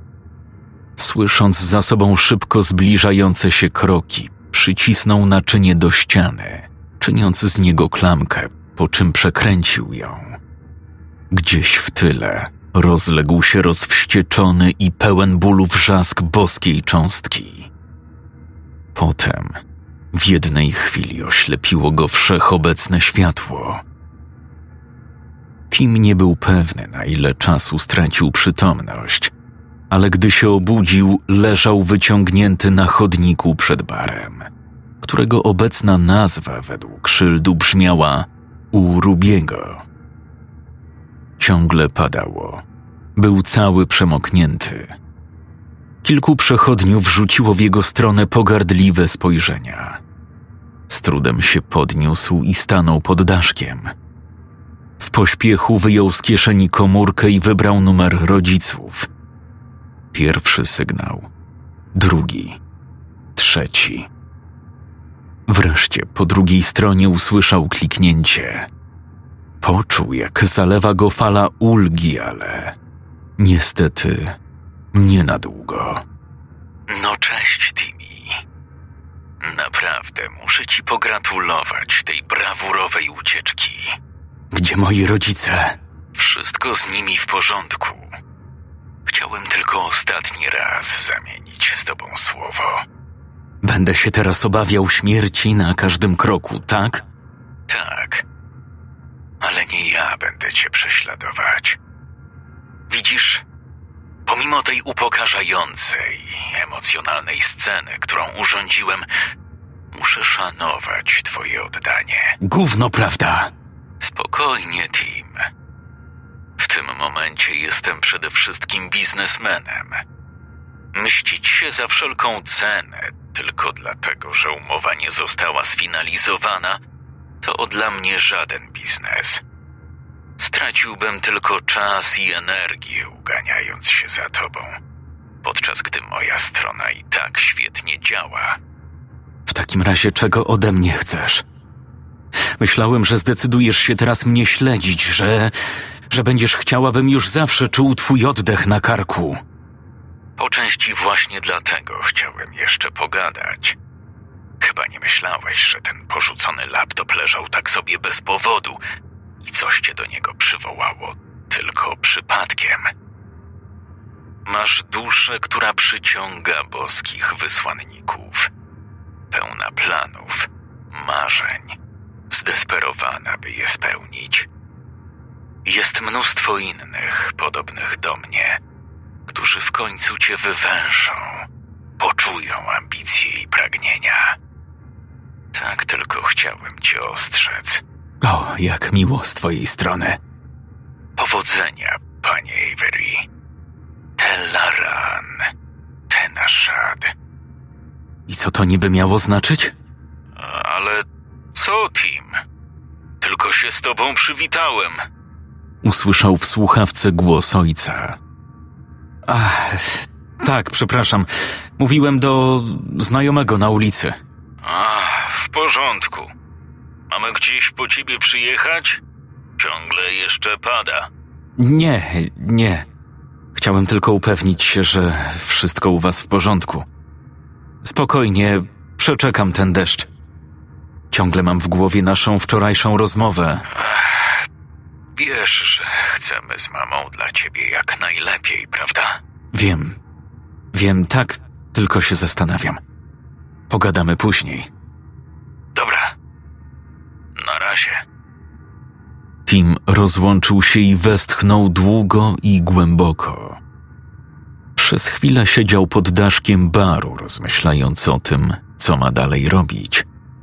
Speaker 1: Słysząc za sobą szybko zbliżające się kroki, przycisnął naczynie do ściany, czyniąc z niego klamkę, po czym przekręcił ją. Gdzieś w tyle rozległ się rozwścieczony i pełen bólu wrzask boskiej cząstki. Potem w jednej chwili oślepiło go wszechobecne światło. Tim nie był pewny, na ile czasu stracił przytomność, ale gdy się obudził, leżał wyciągnięty na chodniku przed barem, którego obecna nazwa według szyldu brzmiała U Rubiego. Ciągle padało. Był cały przemoknięty. Kilku przechodniów rzuciło w jego stronę pogardliwe spojrzenia. Z trudem się podniósł i stanął pod daszkiem. W pośpiechu wyjął z kieszeni komórkę i wybrał numer rodziców. Pierwszy sygnał, drugi, trzeci. Wreszcie po drugiej stronie usłyszał kliknięcie. Poczuł, jak zalewa go fala ulgi, ale niestety nie na długo. No cześć, Timmy. Naprawdę muszę ci pogratulować tej brawurowej ucieczki. Gdzie moi rodzice? Wszystko z nimi w porządku. Chciałem tylko ostatni raz zamienić z tobą słowo. Będę się teraz obawiał śmierci na każdym kroku, tak? Tak. Ale nie ja będę cię prześladować. Widzisz, pomimo tej upokarzającej, emocjonalnej sceny, którą urządziłem, muszę szanować twoje oddanie. Gówno, prawda? Spokojnie, Tim. W tym momencie jestem przede wszystkim biznesmenem. Mścić się za wszelką cenę tylko dlatego, że umowa nie została sfinalizowana, to dla mnie żaden biznes. Straciłbym tylko czas i energię uganiając się za tobą, podczas gdy moja strona i tak świetnie działa. W takim razie czego ode mnie chcesz? Myślałem, że zdecydujesz się teraz mnie śledzić, że... że będziesz chciał, abym już zawsze czuł twój oddech na karku. Po części właśnie dlatego chciałem jeszcze pogadać. Chyba nie myślałeś, że ten porzucony laptop leżał tak sobie bez powodu i coś cię do niego przywołało tylko przypadkiem. Masz duszę, która przyciąga boskich wysłanników, pełna planów, marzeń, zdesperowana, by je spełnić. Jest mnóstwo innych, podobnych do mnie, którzy w końcu cię wywęszą, poczują ambicje i pragnienia. Tak tylko chciałem cię ostrzec. O, jak miło z twojej strony. Powodzenia, panie Avery. Tellaran, Tenashad. I co to niby miało znaczyć? Ale co, Tim? Tylko się z tobą przywitałem. Usłyszał w słuchawce głos ojca. Ach, tak, przepraszam. Mówiłem do znajomego na ulicy. A, w porządku. Mamy gdzieś po ciebie przyjechać? Ciągle jeszcze pada. Nie, nie. Chciałem tylko upewnić się, że wszystko u was w porządku. Spokojnie, przeczekam ten deszcz. Ciągle mam w głowie naszą wczorajszą rozmowę. Ach, wiesz, że chcemy z mamą dla ciebie jak najlepiej, prawda? Wiem. Wiem, tak, tylko się zastanawiam. Pogadamy później. Dobra. Na razie. Tim rozłączył się i westchnął długo i głęboko. Przez chwilę siedział pod daszkiem baru, rozmyślając o tym, co ma dalej robić.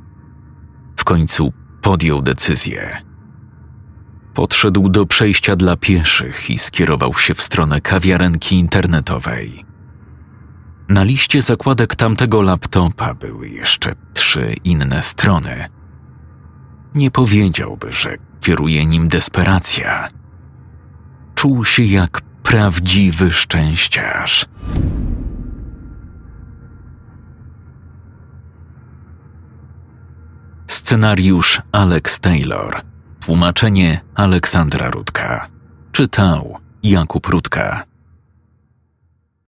Speaker 1: W końcu podjął decyzję. Podszedł do przejścia dla pieszych i skierował się w stronę kawiarenki internetowej. Na liście zakładek tamtego laptopa były jeszcze trzy inne strony. Nie powiedziałby, że kieruje nim desperacja. Czuł się jak prawdziwy szczęściarz. Scenariusz Alex Taylor. Tłumaczenie Aleksandra Rutka. Czytał Jakub Rutka.